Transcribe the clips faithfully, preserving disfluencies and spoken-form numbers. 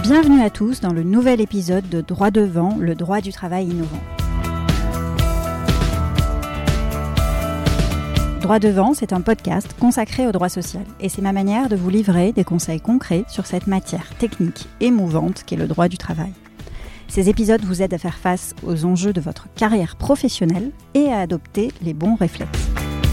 Bienvenue à tous dans le nouvel épisode de Droit devant, le droit du travail innovant. Droit devant, c'est un podcast consacré au droit social et c'est ma manière de vous livrer des conseils concrets sur cette matière technique et mouvante qu'est le droit du travail. Ces épisodes vous aident à faire face aux enjeux de votre carrière professionnelle et à adopter les bons réflexes.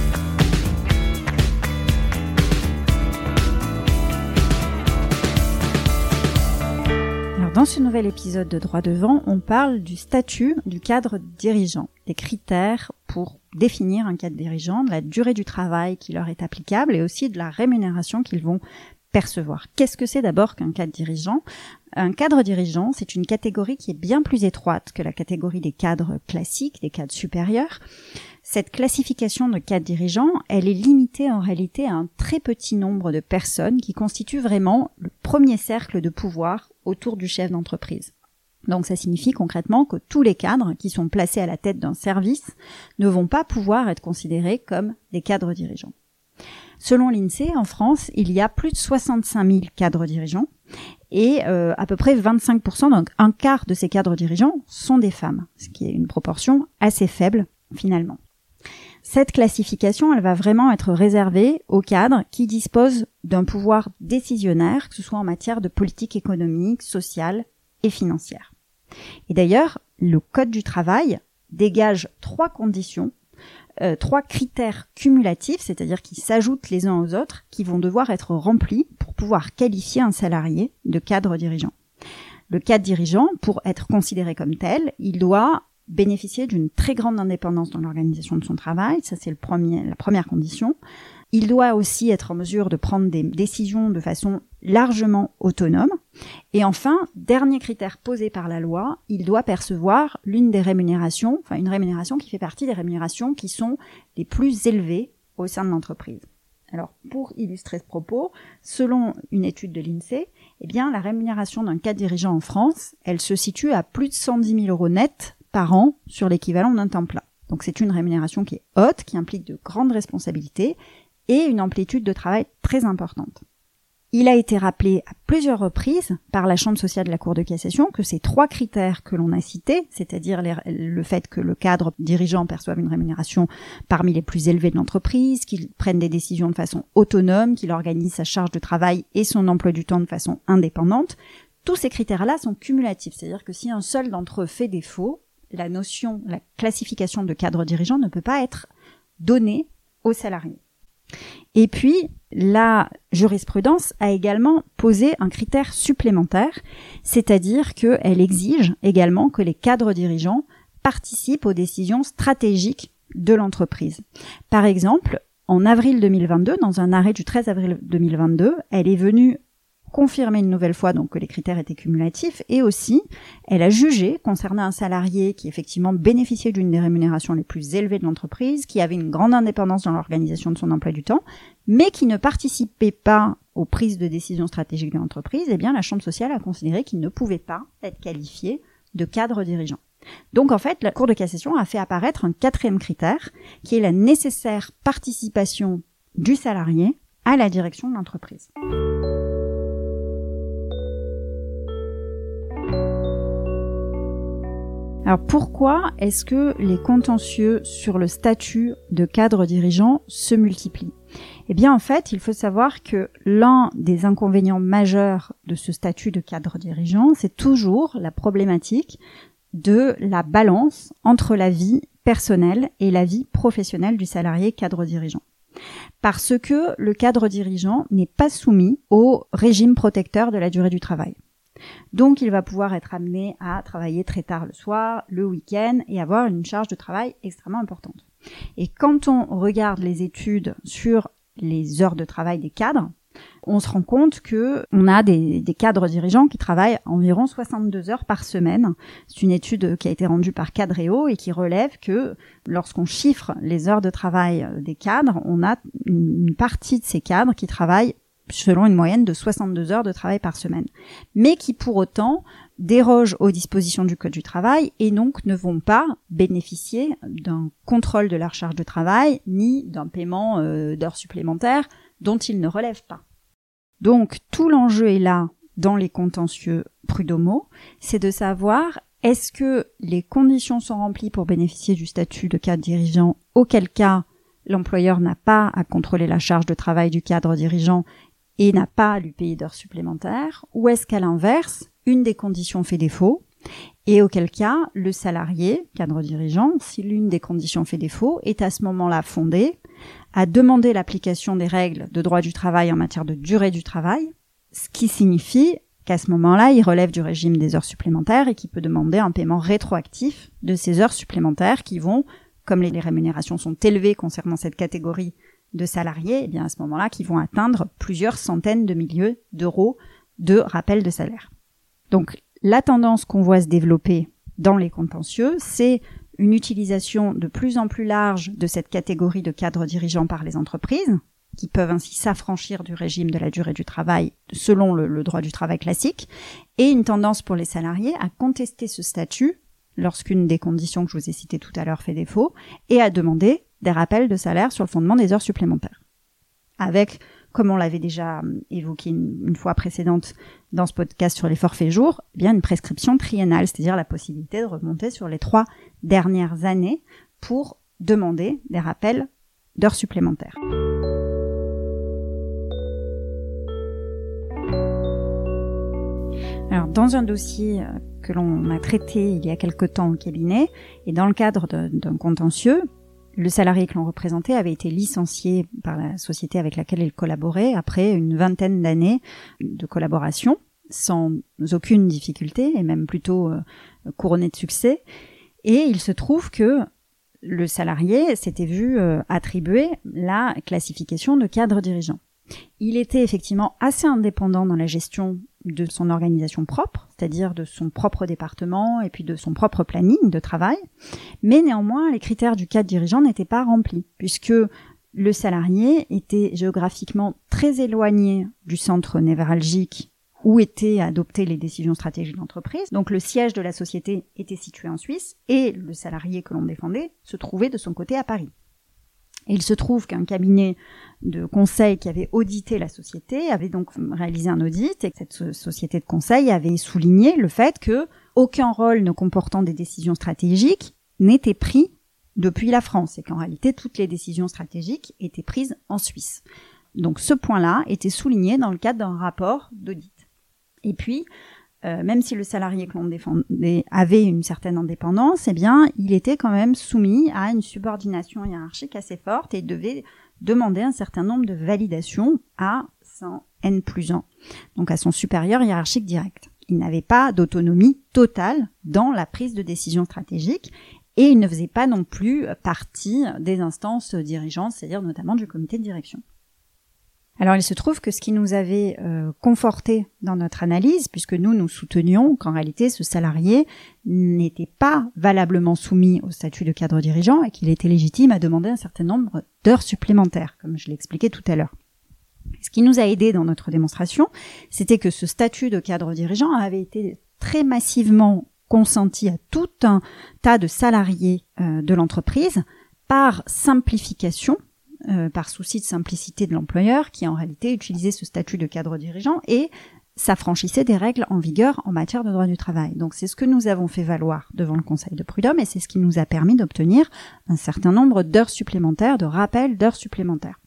Alors, dans ce nouvel épisode de Droit devant, on parle du statut du cadre dirigeant, des critères pour définir un cadre dirigeant, de la durée du travail qui leur est applicable et aussi de la rémunération qu'ils vont percevoir. Qu'est-ce que c'est d'abord qu'un cadre dirigeant ? Un cadre dirigeant, c'est une catégorie qui est bien plus étroite que la catégorie des cadres classiques, des cadres supérieurs. Cette classification de cadre dirigeant, elle est limitée en réalité à un très petit nombre de personnes qui constituent vraiment le premier cercle de pouvoir autour du chef d'entreprise. Donc ça signifie concrètement que tous les cadres qui sont placés à la tête d'un service ne vont pas pouvoir être considérés comme des cadres dirigeants. Selon l'INSEE, en France, il y a plus de soixante-cinq mille cadres dirigeants et euh, à peu près vingt-cinq pour cent, donc un quart de ces cadres dirigeants sont des femmes, ce qui est une proportion assez faible finalement. Cette classification, elle va vraiment être réservée aux cadres qui disposent d'un pouvoir décisionnaire, que ce soit en matière de politique économique, sociale et financière. Et d'ailleurs, le Code du travail dégage trois conditions, euh, trois critères cumulatifs, c'est-à-dire qui s'ajoutent les uns aux autres, qui vont devoir être remplis pour pouvoir qualifier un salarié de cadre dirigeant. Le cadre dirigeant, pour être considéré comme tel, il doit bénéficier d'une très grande indépendance dans l'organisation de son travail, ça c'est le premier, la première condition. Il doit aussi être en mesure de prendre des décisions de façon largement autonome. Et enfin, dernier critère posé par la loi, il doit percevoir l'une des rémunérations, enfin une rémunération qui fait partie des rémunérations qui sont les plus élevées au sein de l'entreprise. Alors, pour illustrer ce propos, selon une étude de l'INSEE, eh bien, la rémunération d'un cadre dirigeant en France, elle se situe à plus de cent dix mille euros net par an sur l'équivalent d'un temps plein. Donc c'est une rémunération qui est haute, qui implique de grandes responsabilités et une amplitude de travail très importante. Il a été rappelé à plusieurs reprises par la Chambre sociale de la Cour de cassation que ces trois critères que l'on a cités, c'est-à-dire les, le fait que le cadre dirigeant perçoive une rémunération parmi les plus élevées de l'entreprise, qu'il prenne des décisions de façon autonome, qu'il organise sa charge de travail et son emploi du temps de façon indépendante, tous ces critères-là sont cumulatifs, c'est-à-dire que si un seul d'entre eux fait défaut, la notion, la classification de cadre dirigeant ne peut pas être donnée aux salariés. Et puis, la jurisprudence a également posé un critère supplémentaire, c'est-à-dire qu'elle exige également que les cadres dirigeants participent aux décisions stratégiques de l'entreprise. Par exemple, en avril deux mille vingt-deux, dans un arrêt du treize avril deux mille vingt-deux, elle est venue confirmer une nouvelle fois donc que les critères étaient cumulatifs et aussi elle a jugé concernant un salarié qui effectivement bénéficiait d'une des rémunérations les plus élevées de l'entreprise, qui avait une grande indépendance dans l'organisation de son emploi du temps, mais qui ne participait pas aux prises de décision stratégiques de l'entreprise, eh bien la Chambre sociale a considéré qu'il ne pouvait pas être qualifié de cadre dirigeant. Donc en fait, la Cour de cassation a fait apparaître un quatrième critère qui est la nécessaire participation du salarié à la direction de l'entreprise. Alors pourquoi est-ce que les contentieux sur le statut de cadre dirigeant se multiplient ? Eh bien en fait, il faut savoir que l'un des inconvénients majeurs de ce statut de cadre dirigeant, c'est toujours la problématique de la balance entre la vie personnelle et la vie professionnelle du salarié cadre dirigeant. Parce que le cadre dirigeant n'est pas soumis au régime protecteur de la durée du travail. Donc, il va pouvoir être amené à travailler très tard le soir, le week-end et avoir une charge de travail extrêmement importante. Et quand on regarde les études sur les heures de travail des cadres, on se rend compte que on a des, des cadres dirigeants qui travaillent environ soixante-deux heures par semaine. C'est une étude qui a été rendue par Cadréo et qui relève que lorsqu'on chiffre les heures de travail des cadres, on a une partie de ces cadres qui travaillent selon une moyenne de soixante-deux heures de travail par semaine, mais qui pour autant dérogent aux dispositions du Code du travail et donc ne vont pas bénéficier d'un contrôle de leur charge de travail ni d'un paiement euh, d'heures supplémentaires dont ils ne relèvent pas. Donc tout l'enjeu est là dans les contentieux prud'homaux, c'est de savoir est-ce que les conditions sont remplies pour bénéficier du statut de cadre dirigeant, auquel cas l'employeur n'a pas à contrôler la charge de travail du cadre dirigeant et n'a pas à lui payer d'heures supplémentaires, ou est-ce qu'à l'inverse, une des conditions fait défaut, et auquel cas le salarié, cadre dirigeant, si l'une des conditions fait défaut, est à ce moment-là fondé à demander l'application des règles de droit du travail en matière de durée du travail, ce qui signifie qu'à ce moment-là, il relève du régime des heures supplémentaires et qu'il peut demander un paiement rétroactif de ces heures supplémentaires qui vont, comme les rémunérations sont élevées concernant cette catégorie de salariés, eh bien à ce moment-là, qui vont atteindre plusieurs centaines de milliers d'euros de rappel de salaire. Donc, la tendance qu'on voit se développer dans les contentieux, c'est une utilisation de plus en plus large de cette catégorie de cadres dirigeants par les entreprises, qui peuvent ainsi s'affranchir du régime de la durée du travail selon le, le droit du travail classique, et une tendance pour les salariés à contester ce statut lorsqu'une des conditions que je vous ai citées tout à l'heure fait défaut, et à demander des rappels de salaire sur le fondement des heures supplémentaires. Avec, comme on l'avait déjà évoqué une, une fois précédente dans ce podcast sur les forfaits jours, eh bien une prescription triennale, c'est-à-dire la possibilité de remonter sur les trois dernières années pour demander des rappels d'heures supplémentaires. Alors, dans un dossier que l'on a traité il y a quelque temps au cabinet, et dans le cadre de, d'un contentieux, le salarié que l'on représentait avait été licencié par la société avec laquelle il collaborait après une vingtaine d'années de collaboration, sans aucune difficulté, et même plutôt euh, couronné de succès. Et il se trouve que le salarié s'était vu euh, attribuer la classification de cadre dirigeant. Il était effectivement assez indépendant dans la gestion de son organisation propre, c'est-à-dire de son propre département et puis de son propre planning de travail, mais néanmoins les critères du cadre dirigeant n'étaient pas remplis, puisque le salarié était géographiquement très éloigné du centre névralgique où étaient adoptées les décisions stratégiques de l'entreprise. Donc le siège de la société était situé en Suisse et le salarié que l'on défendait se trouvait de son côté à Paris. Et il se trouve qu'un cabinet de conseil qui avait audité la société avait donc réalisé un audit et que cette société de conseil avait souligné le fait que aucun rôle ne comportant des décisions stratégiques n'était pris depuis la France et qu'en réalité toutes les décisions stratégiques étaient prises en Suisse. Donc ce point-là était souligné dans le cadre d'un rapport d'audit. Et puis, Euh, même si le salarié que l'on défendait avait une certaine indépendance, eh bien, il était quand même soumis à une subordination hiérarchique assez forte et devait demander un certain nombre de validations à son N plus un, donc à son supérieur hiérarchique direct. Il n'avait pas d'autonomie totale dans la prise de décision stratégique et il ne faisait pas non plus partie des instances dirigeantes, c'est-à-dire notamment du comité de direction. Alors il se trouve que ce qui nous avait euh, conforté dans notre analyse, puisque nous nous soutenions qu'en réalité ce salarié n'était pas valablement soumis au statut de cadre dirigeant et qu'il était légitime à demander un certain nombre d'heures supplémentaires, comme je l'expliquais tout à l'heure. Ce qui nous a aidé dans notre démonstration, c'était que ce statut de cadre dirigeant avait été très massivement consenti à tout un tas de salariés euh, de l'entreprise par simplification, Euh, par souci de simplicité de l'employeur qui en réalité utilisait ce statut de cadre dirigeant et s'affranchissait des règles en vigueur en matière de droit du travail. Donc c'est ce que nous avons fait valoir devant le Conseil de prud'homme et c'est ce qui nous a permis d'obtenir un certain nombre d'heures supplémentaires, de rappels d'heures supplémentaires.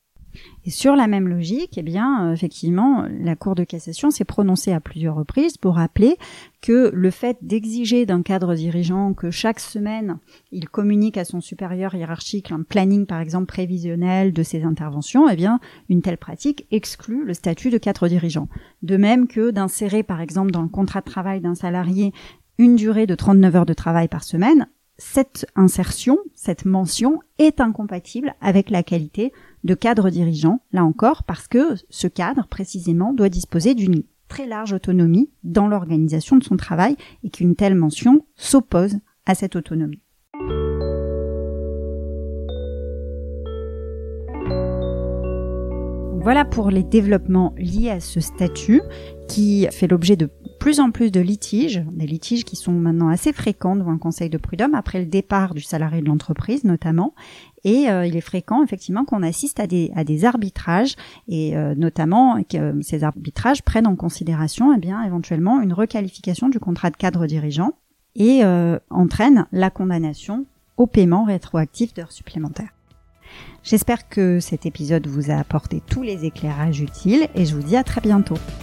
Et sur la même logique, eh bien, euh, effectivement, la Cour de cassation s'est prononcée à plusieurs reprises pour rappeler que le fait d'exiger d'un cadre dirigeant que chaque semaine, il communique à son supérieur hiérarchique un planning, par exemple, prévisionnel de ses interventions, eh bien, une telle pratique exclut le statut de cadre dirigeant. De même que d'insérer, par exemple, dans le contrat de travail d'un salarié une durée de trente-neuf heures de travail par semaine, cette insertion, cette mention est incompatible avec la qualité de cadre dirigeant, là encore, parce que ce cadre, précisément, doit disposer d'une très large autonomie dans l'organisation de son travail et qu'une telle mention s'oppose à cette autonomie. Voilà pour les développements liés à ce statut qui fait l'objet de plus en plus de litiges, des litiges qui sont maintenant assez fréquents devant le Conseil de prud'homme après le départ du salarié de l'entreprise notamment, Et euh, il est fréquent effectivement qu'on assiste à des à des arbitrages et euh, notamment que euh, ces arbitrages prennent en considération eh bien éventuellement une requalification du contrat de cadre dirigeant et euh, entraînent la condamnation au paiement rétroactif d'heures supplémentaires. J'espère que cet épisode vous a apporté tous les éclairages utiles et je vous dis à très bientôt.